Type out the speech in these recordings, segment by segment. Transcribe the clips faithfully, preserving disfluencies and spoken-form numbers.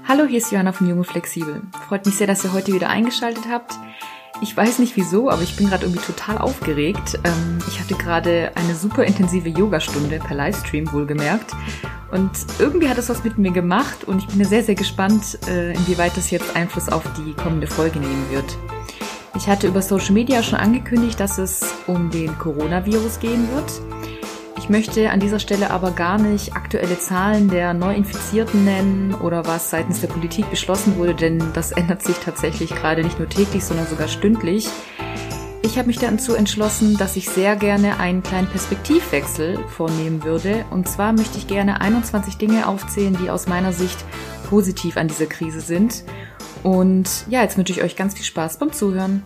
Hallo, hier ist Johanna von Jung und Flexibel. Freut mich sehr, dass ihr heute wieder eingeschaltet habt. Ich weiß nicht wieso, aber ich bin gerade irgendwie total aufgeregt. Ähm, ich hatte gerade eine super intensive Yogastunde per Livestream wohlgemerkt. Und irgendwie hat es was mit mir gemacht und ich bin sehr, sehr gespannt, äh, inwieweit das jetzt Einfluss auf die kommende Folge nehmen wird. Ich hatte über Social Media schon angekündigt, dass es um den Coronavirus gehen wird. Ich möchte an dieser Stelle aber gar nicht aktuelle Zahlen der Neuinfizierten nennen oder was seitens der Politik beschlossen wurde, denn das ändert sich tatsächlich gerade nicht nur täglich, sondern sogar stündlich. Ich habe mich dazu entschlossen, dass ich sehr gerne einen kleinen Perspektivwechsel vornehmen würde. Und zwar möchte ich gerne einundzwanzig Dinge aufzählen, die aus meiner Sicht positiv an dieser Krise sind. Und ja, jetzt wünsche ich euch ganz viel Spaß beim Zuhören.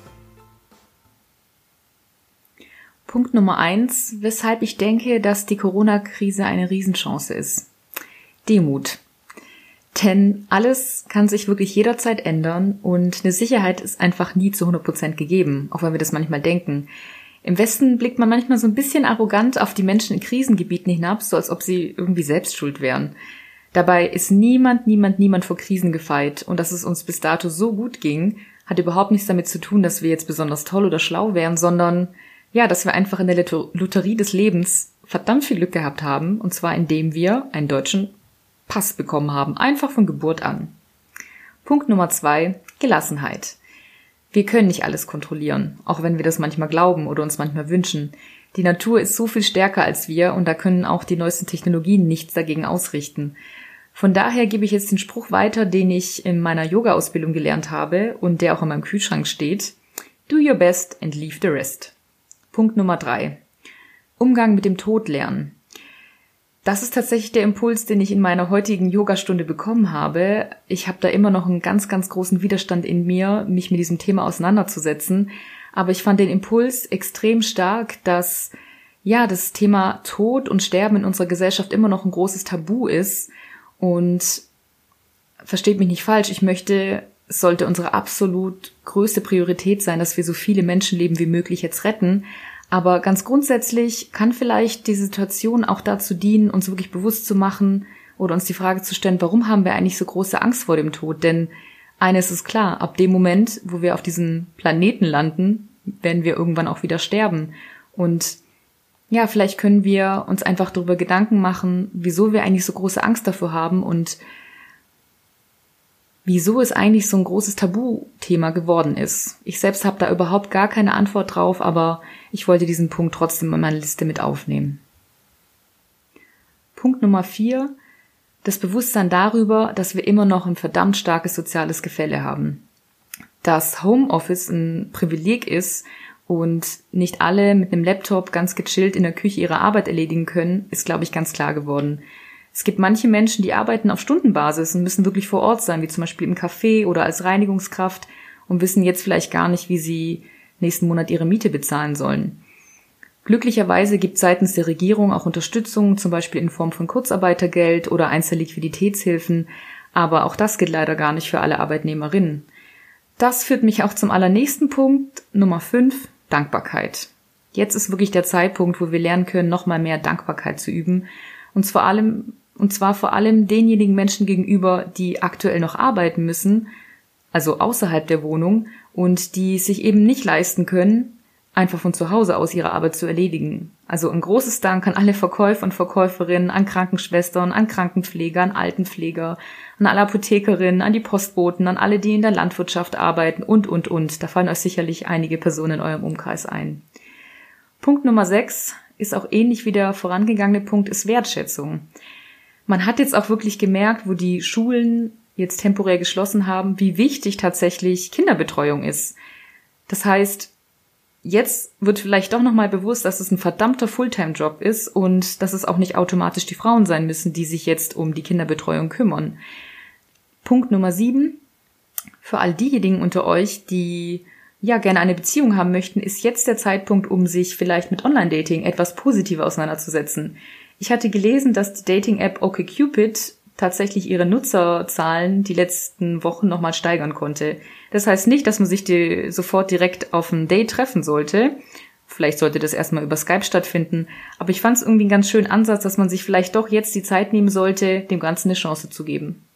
Punkt Nummer eins, weshalb ich denke, dass die Corona-Krise eine Riesenchance ist. Demut. Denn alles kann sich wirklich jederzeit ändern und eine Sicherheit ist einfach nie zu hundert Prozent gegeben, auch wenn wir das manchmal denken. Im Westen blickt man manchmal so ein bisschen arrogant auf die Menschen in Krisengebieten hinab, so als ob sie irgendwie selbst schuld wären. Dabei ist niemand, niemand, niemand vor Krisen gefeit und dass es uns bis dato so gut ging, hat überhaupt nichts damit zu tun, dass wir jetzt besonders toll oder schlau wären, sondern ja, dass wir einfach in der Lotterie des Lebens verdammt viel Glück gehabt haben, und zwar indem wir einen deutschen Pass bekommen haben, einfach von Geburt an. Punkt Nummer zwei, Gelassenheit. Wir können nicht alles kontrollieren, auch wenn wir das manchmal glauben oder uns manchmal wünschen. Die Natur ist so viel stärker als wir und da können auch die neuesten Technologien nichts dagegen ausrichten. Von daher gebe ich jetzt den Spruch weiter, den ich in meiner Yoga-Ausbildung gelernt habe und der auch in meinem Kühlschrank steht. Do your best and leave the rest. Punkt Nummer drei. Umgang mit dem Tod lernen. Das ist tatsächlich der Impuls, den ich in meiner heutigen Yogastunde bekommen habe. Ich habe da immer noch einen ganz, ganz großen Widerstand in mir, mich mit diesem Thema auseinanderzusetzen. Aber ich fand den Impuls extrem stark, dass ja das Thema Tod und Sterben in unserer Gesellschaft immer noch ein großes Tabu ist. Und versteht mich nicht falsch, ich möchte, es sollte unsere absolut größte Priorität sein, dass wir so viele Menschenleben wie möglich jetzt retten. Aber ganz grundsätzlich kann vielleicht die Situation auch dazu dienen, uns wirklich bewusst zu machen oder uns die Frage zu stellen, warum haben wir eigentlich so große Angst vor dem Tod? Denn eines ist klar, ab dem Moment, wo wir auf diesem Planeten landen, werden wir irgendwann auch wieder sterben. Und ja, vielleicht können wir uns einfach darüber Gedanken machen, wieso wir eigentlich so große Angst dafür haben und wieso es eigentlich so ein großes Tabuthema geworden ist. Ich selbst habe da überhaupt gar keine Antwort drauf, aber ich wollte diesen Punkt trotzdem in meine Liste mit aufnehmen. Punkt Nummer vier, das Bewusstsein darüber, dass wir immer noch ein verdammt starkes soziales Gefälle haben. Dass Homeoffice ein Privileg ist und nicht alle mit einem Laptop ganz gechillt in der Küche ihre Arbeit erledigen können, ist, glaube ich, ganz klar geworden. Es gibt manche Menschen, die arbeiten auf Stundenbasis und müssen wirklich vor Ort sein, wie zum Beispiel im Café oder als Reinigungskraft und wissen jetzt vielleicht gar nicht, wie sie nächsten Monat ihre Miete bezahlen sollen. Glücklicherweise gibt es seitens der Regierung auch Unterstützung, zum Beispiel in Form von Kurzarbeitergeld oder Einzelliquiditätshilfen, aber auch das gilt leider gar nicht für alle Arbeitnehmerinnen. Das führt mich auch zum allernächsten Punkt, Nummer fünf, Dankbarkeit. Jetzt ist wirklich der Zeitpunkt, wo wir lernen können, nochmal mehr Dankbarkeit zu üben. Und vor allem, und zwar vor allem denjenigen Menschen gegenüber, die aktuell noch arbeiten müssen, also außerhalb der Wohnung, und die sich eben nicht leisten können, einfach von zu Hause aus ihre Arbeit zu erledigen. Also ein großes Dank an alle Verkäufer und Verkäuferinnen, an Krankenschwestern, an Krankenpfleger, an Altenpfleger, an alle Apothekerinnen, an die Postboten, an alle, die in der Landwirtschaft arbeiten und, und, und. Da fallen euch sicherlich einige Personen in eurem Umkreis ein. Punkt Nummer sechs ist auch ähnlich wie der vorangegangene Punkt, ist Wertschätzung. Man hat jetzt auch wirklich gemerkt, wo die Schulen jetzt temporär geschlossen haben, wie wichtig tatsächlich Kinderbetreuung ist. Das heißt, jetzt wird vielleicht doch nochmal bewusst, dass es ein verdammter Fulltime-Job ist und dass es auch nicht automatisch die Frauen sein müssen, die sich jetzt um die Kinderbetreuung kümmern. Punkt Nummer sieben, für all diejenigen unter euch, die ja gerne eine Beziehung haben möchten, ist jetzt der Zeitpunkt, um sich vielleicht mit Online-Dating etwas positiver auseinanderzusetzen. Ich hatte gelesen, dass die Dating-App OkCupid tatsächlich ihre Nutzerzahlen die letzten Wochen nochmal steigern konnte. Das heißt nicht, dass man sich die sofort direkt auf ein Date treffen sollte. Vielleicht sollte das erstmal über Skype stattfinden. Aber ich fand es irgendwie einen ganz schönen Ansatz, dass man sich vielleicht doch jetzt die Zeit nehmen sollte, dem Ganzen eine Chance zu geben.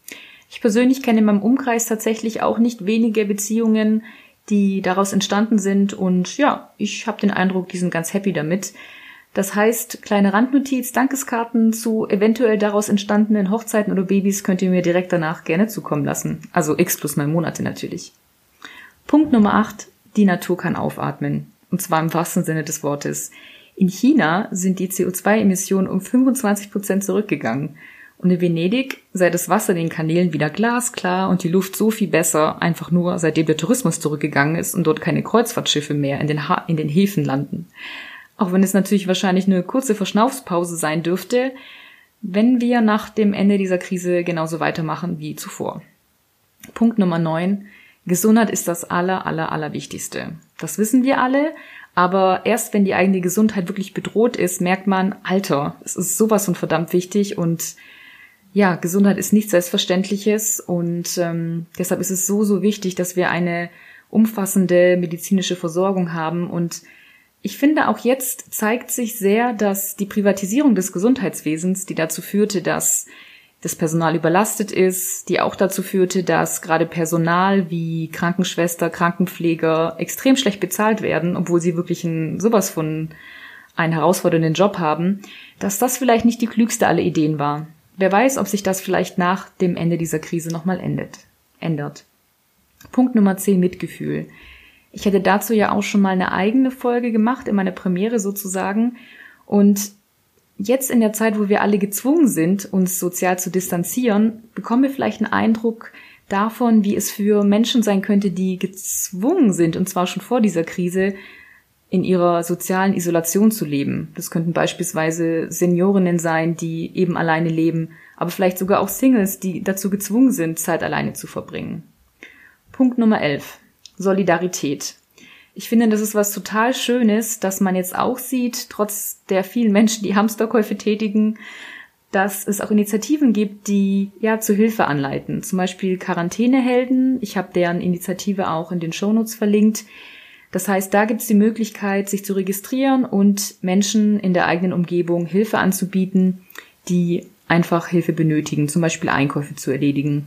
Ich persönlich kenne in meinem Umkreis tatsächlich auch nicht wenige Beziehungen, die daraus entstanden sind und ja, ich habe den Eindruck, die sind ganz happy damit. Das heißt, kleine Randnotiz, Dankeskarten zu eventuell daraus entstandenen Hochzeiten oder Babys könnt ihr mir direkt danach gerne zukommen lassen. Also x plus neun Monate natürlich. Punkt Nummer acht, die Natur kann aufatmen. Und zwar im wahrsten Sinne des Wortes. In China sind die C O zwei Emissionen um fünfundzwanzig Prozent zurückgegangen. Und in Venedig sei das Wasser in den Kanälen wieder glasklar und die Luft so viel besser, einfach nur seitdem der Tourismus zurückgegangen ist und dort keine Kreuzfahrtschiffe mehr in den, ha- in den Häfen landen. Auch wenn es natürlich wahrscheinlich eine kurze Verschnaufspause sein dürfte, wenn wir nach dem Ende dieser Krise genauso weitermachen wie zuvor. Punkt Nummer neun. Gesundheit ist das aller, aller, aller Wichtigste. Das wissen wir alle, aber erst wenn die eigene Gesundheit wirklich bedroht ist, merkt man, Alter, es ist sowas von verdammt wichtig und ja, Gesundheit ist nichts Selbstverständliches und ähm, deshalb ist es so, so wichtig, dass wir eine umfassende medizinische Versorgung haben. Und ich finde, auch jetzt zeigt sich sehr, dass die Privatisierung des Gesundheitswesens, die dazu führte, dass das Personal überlastet ist, die auch dazu führte, dass gerade Personal wie Krankenschwester, Krankenpfleger extrem schlecht bezahlt werden, obwohl sie wirklich ein, sowas von einen herausfordernden Job haben, dass das vielleicht nicht die klügste aller Ideen war. Wer weiß, ob sich das vielleicht nach dem Ende dieser Krise nochmal endet, ändert. Punkt Nummer zehn, Mitgefühl. Ich hätte dazu ja auch schon mal eine eigene Folge gemacht, in meiner Premiere sozusagen. Und jetzt in der Zeit, wo wir alle gezwungen sind, uns sozial zu distanzieren, bekommen wir vielleicht einen Eindruck davon, wie es für Menschen sein könnte, die gezwungen sind, und zwar schon vor dieser Krise, in ihrer sozialen Isolation zu leben. Das könnten beispielsweise Seniorinnen sein, die eben alleine leben, aber vielleicht sogar auch Singles, die dazu gezwungen sind, Zeit alleine zu verbringen. Punkt Nummer elf. Solidarität. Ich finde, das ist was total Schönes, dass man jetzt auch sieht, trotz der vielen Menschen, die Hamsterkäufe tätigen, dass es auch Initiativen gibt, die ja zur Hilfe anleiten. Zum Beispiel Quarantänehelden. Ich habe deren Initiative auch in den Shownotes verlinkt. Das heißt, da gibt es die Möglichkeit, sich zu registrieren und Menschen in der eigenen Umgebung Hilfe anzubieten, die einfach Hilfe benötigen, zum Beispiel Einkäufe zu erledigen.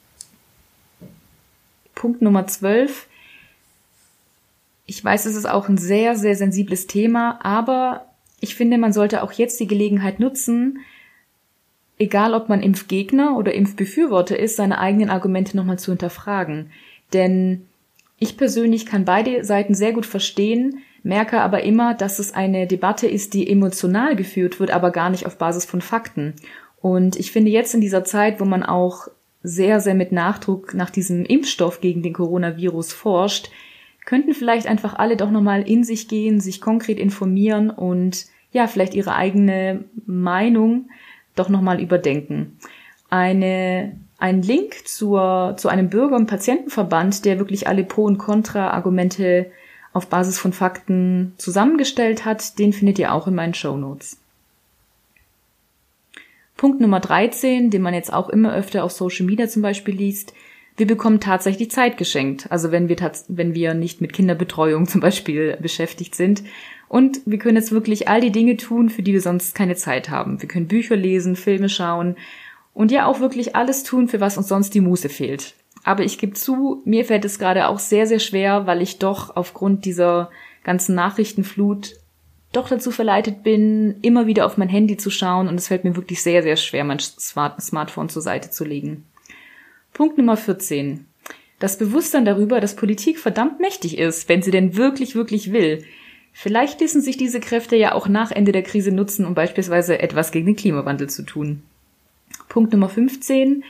Punkt Nummer zwölf. Ich weiß, es ist auch ein sehr, sehr sensibles Thema, aber ich finde, man sollte auch jetzt die Gelegenheit nutzen, egal ob man Impfgegner oder Impfbefürworter ist, seine eigenen Argumente nochmal zu hinterfragen. Denn ich persönlich kann beide Seiten sehr gut verstehen, merke aber immer, dass es eine Debatte ist, die emotional geführt wird, aber gar nicht auf Basis von Fakten. Und ich finde jetzt in dieser Zeit, wo man auch sehr, sehr mit Nachdruck nach diesem Impfstoff gegen den Coronavirus forscht, könnten vielleicht einfach alle doch nochmal in sich gehen, sich konkret informieren und ja, vielleicht ihre eigene Meinung doch nochmal überdenken. Eine Ein Link zur, zu einem Bürger- und Patientenverband, der wirklich alle Pro- und Kontra-Argumente auf Basis von Fakten zusammengestellt hat, den findet ihr auch in meinen Shownotes. Punkt Nummer dreizehn, den man jetzt auch immer öfter auf Social Media zum Beispiel liest: Wir bekommen tatsächlich Zeit geschenkt. Also wenn wir, tats- wenn wir nicht mit Kinderbetreuung zum Beispiel beschäftigt sind. Und wir können jetzt wirklich all die Dinge tun, für die wir sonst keine Zeit haben. Wir können Bücher lesen, Filme schauen und ja auch wirklich alles tun, für was uns sonst die Muße fehlt. Aber ich gebe zu, mir fällt es gerade auch sehr, sehr schwer, weil ich doch aufgrund dieser ganzen Nachrichtenflut doch dazu verleitet bin, immer wieder auf mein Handy zu schauen, und es fällt mir wirklich sehr, sehr schwer, mein Smart- Smartphone zur Seite zu legen. Punkt Nummer vierzehn. Das Bewusstsein darüber, dass Politik verdammt mächtig ist, wenn sie denn wirklich, wirklich will. Vielleicht ließen sich diese Kräfte ja auch nach Ende der Krise nutzen, um beispielsweise etwas gegen den Klimawandel zu tun. Punkt Nummer fünfzehn.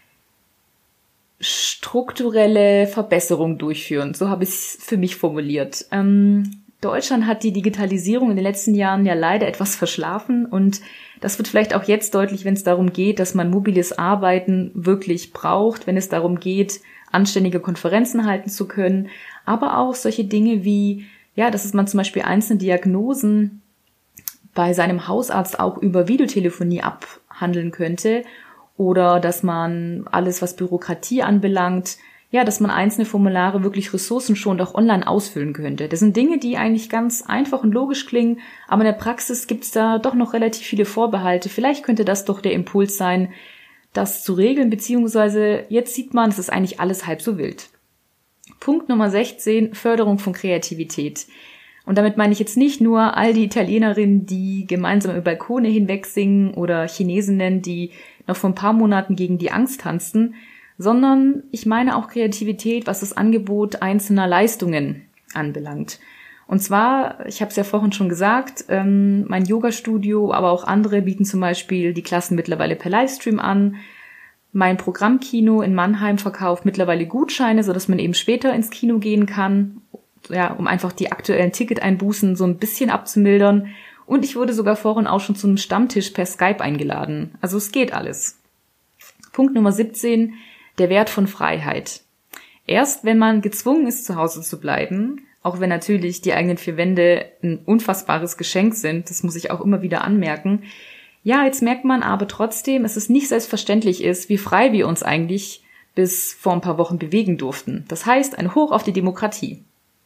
Strukturelle Verbesserung durchführen. So habe ich es für mich formuliert. Ähm, Deutschland hat die Digitalisierung in den letzten Jahren ja leider etwas verschlafen, und das wird vielleicht auch jetzt deutlich, wenn es darum geht, dass man mobiles Arbeiten wirklich braucht, wenn es darum geht, anständige Konferenzen halten zu können, aber auch solche Dinge wie, ja, dass man zum Beispiel einzelne Diagnosen bei seinem Hausarzt auch über Videotelefonie abhandeln könnte, oder dass man alles, was Bürokratie anbelangt, ja, dass man einzelne Formulare wirklich ressourcenschonend auch online ausfüllen könnte. Das sind Dinge, die eigentlich ganz einfach und logisch klingen, aber in der Praxis gibt es da doch noch relativ viele Vorbehalte. Vielleicht könnte das doch der Impuls sein, das zu regeln, beziehungsweise jetzt sieht man, es ist eigentlich alles halb so wild. Punkt Nummer sechzehn, Förderung von Kreativität. Und damit meine ich jetzt nicht nur all die Italienerinnen, die gemeinsam über Balkone hinweg singen oder Chinesinnen, die noch vor ein paar Monaten gegen die Angst tanzten, sondern ich meine auch Kreativität, was das Angebot einzelner Leistungen anbelangt. Und zwar, ich habe es ja vorhin schon gesagt, ähm, mein Yoga-Studio, aber auch andere bieten zum Beispiel die Klassen mittlerweile per Livestream an. Mein Programmkino in Mannheim verkauft mittlerweile Gutscheine, sodass man eben später ins Kino gehen kann, ja, um einfach die aktuellen Ticketeinbußen so ein bisschen abzumildern. Und ich wurde sogar vorhin auch schon zu einem Stammtisch per Skype eingeladen. Also es geht alles. Punkt Nummer siebzehn, der Wert von Freiheit. Erst wenn man gezwungen ist, zu Hause zu bleiben, auch wenn natürlich die eigenen vier Wände ein unfassbares Geschenk sind, das muss ich auch immer wieder anmerken. Ja, jetzt merkt man aber trotzdem, dass es nicht selbstverständlich ist, wie frei wir uns eigentlich bis vor ein paar Wochen bewegen durften. Das heißt, ein Hoch auf die Demokratie.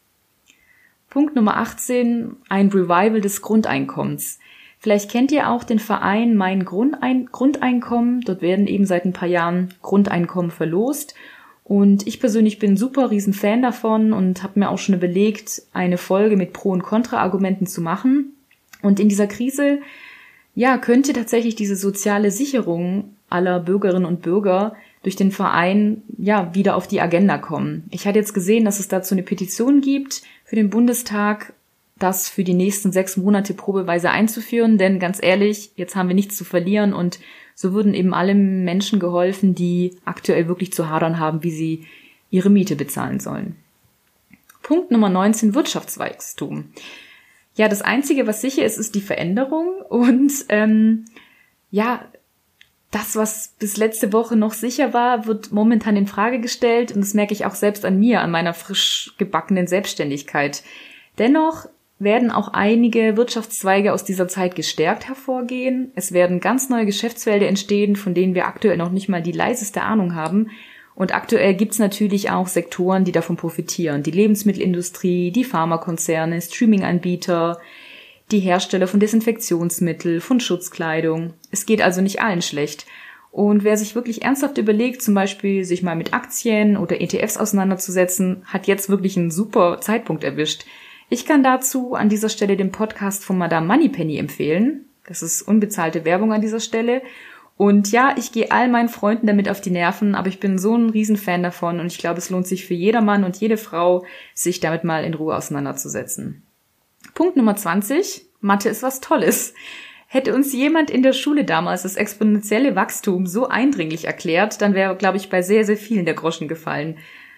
Punkt Nummer achtzehn, ein Revival des Grundeinkommens. Vielleicht kennt ihr auch den Verein Mein Grundein- Grundeinkommen. Dort werden eben seit ein paar Jahren Grundeinkommen verlost. Und ich persönlich bin super riesen Fan davon und habe mir auch schon überlegt, eine Folge mit Pro- und Kontra-Argumenten zu machen. Und in dieser Krise, ja, könnte tatsächlich diese soziale Sicherung aller Bürgerinnen und Bürger durch den Verein, ja, wieder auf die Agenda kommen. Ich hatte jetzt gesehen, dass es dazu eine Petition gibt für den Bundestag, das für die nächsten sechs Monate probeweise einzuführen, denn ganz ehrlich, jetzt haben wir nichts zu verlieren und so würden eben alle Menschen geholfen, die aktuell wirklich zu hadern haben, wie sie ihre Miete bezahlen sollen. Punkt Nummer neunzehn, Wirtschaftswachstum. Ja, das Einzige, was sicher ist, ist die Veränderung und ähm, ja, das, was bis letzte Woche noch sicher war, wird momentan in Frage gestellt und das merke ich auch selbst an mir, an meiner frisch gebackenen Selbstständigkeit. Dennoch werden auch einige Wirtschaftszweige aus dieser Zeit gestärkt hervorgehen. Es werden ganz neue Geschäftsfelder entstehen, von denen wir aktuell noch nicht mal die leiseste Ahnung haben. Und aktuell gibt's natürlich auch Sektoren, die davon profitieren. Die Lebensmittelindustrie, die Pharmakonzerne, Streaming-Anbieter, die Hersteller von Desinfektionsmittel, von Schutzkleidung. Es geht also nicht allen schlecht. Und wer sich wirklich ernsthaft überlegt, zum Beispiel sich mal mit Aktien oder E T Fs auseinanderzusetzen, hat jetzt wirklich einen super Zeitpunkt erwischt. Ich kann dazu an dieser Stelle den Podcast von Madame Moneypenny empfehlen. Das ist unbezahlte Werbung an dieser Stelle. Und ja, ich gehe all meinen Freunden damit auf die Nerven, aber ich bin so ein Riesenfan davon und ich glaube, es lohnt sich für jeder Mann und jede Frau, sich damit mal in Ruhe auseinanderzusetzen. Punkt Nummer zwanzig. Mathe ist was Tolles. Hätte uns jemand in der Schule damals das exponentielle Wachstum so eindringlich erklärt, dann wäre, glaube ich, bei sehr, sehr vielen der Groschen gefallen.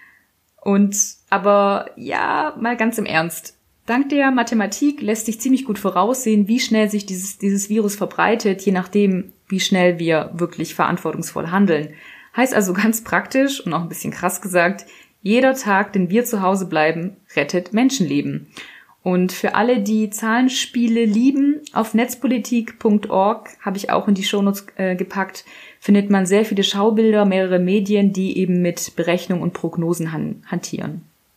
Und, aber ja, mal ganz im Ernst. Dank der Mathematik lässt sich ziemlich gut voraussehen, wie schnell sich dieses, dieses Virus verbreitet, je nachdem, wie schnell wir wirklich verantwortungsvoll handeln. Heißt also ganz praktisch und auch ein bisschen krass gesagt, jeder Tag, den wir zu Hause bleiben, rettet Menschenleben. Und für alle, die Zahlenspiele lieben, auf netzpolitik punkt org habe ich auch in die Shownotes äh, gepackt, findet man sehr viele Schaubilder, mehrere Medien, die eben mit Berechnung und Prognosen han- hantieren.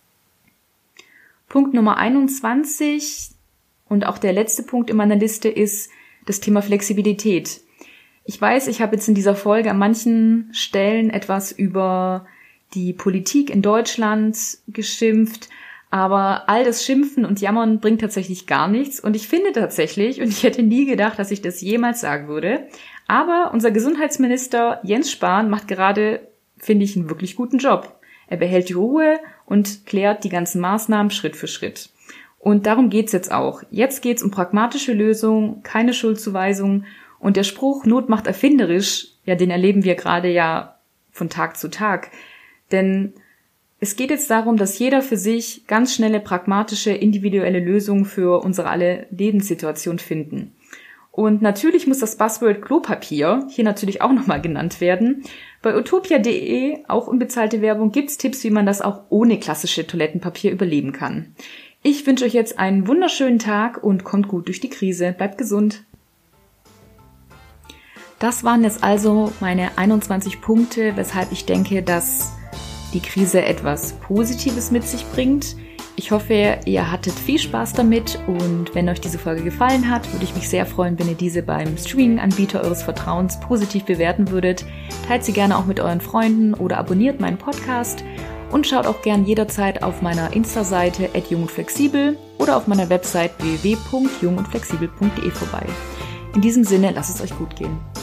Punkt Nummer einundzwanzig und auch der letzte Punkt in meiner Liste ist das Thema Flexibilität. Ich weiß, ich habe jetzt in dieser Folge an manchen Stellen etwas über die Politik in Deutschland geschimpft, aber all das Schimpfen und Jammern bringt tatsächlich gar nichts und ich finde tatsächlich, und ich hätte nie gedacht, dass ich das jemals sagen würde, aber unser Gesundheitsminister Jens Spahn macht gerade, finde ich, einen wirklich guten Job. Er behält die Ruhe und klärt die ganzen Maßnahmen Schritt für Schritt. Und darum geht's jetzt auch. Jetzt geht's um pragmatische Lösungen, keine Schuldzuweisung. Und der Spruch, Not macht erfinderisch, ja, den erleben wir gerade ja von Tag zu Tag. Denn es geht jetzt darum, dass jeder für sich ganz schnelle, pragmatische, individuelle Lösungen für unsere alle Lebenssituation finden. Und natürlich muss das Buzzword Klopapier hier natürlich auch nochmal genannt werden. Bei utopia punkt de, auch unbezahlte Werbung, gibt's Tipps, wie man das auch ohne klassische Toilettenpapier überleben kann. Ich wünsche euch jetzt einen wunderschönen Tag und kommt gut durch die Krise. Bleibt gesund. Das waren jetzt also meine einundzwanzig Punkte, weshalb ich denke, dass die Krise etwas Positives mit sich bringt. Ich hoffe, ihr hattet viel Spaß damit und wenn euch diese Folge gefallen hat, würde ich mich sehr freuen, wenn ihr diese beim Streaming-Anbieter eures Vertrauens positiv bewerten würdet. Teilt sie gerne auch mit euren Freunden oder abonniert meinen Podcast und schaut auch gern jederzeit auf meiner Insta-Seite at jung und flexibel oder auf meiner Website w w w punkt jung und flexibel punkt d e vorbei. In diesem Sinne, lasst es euch gut gehen.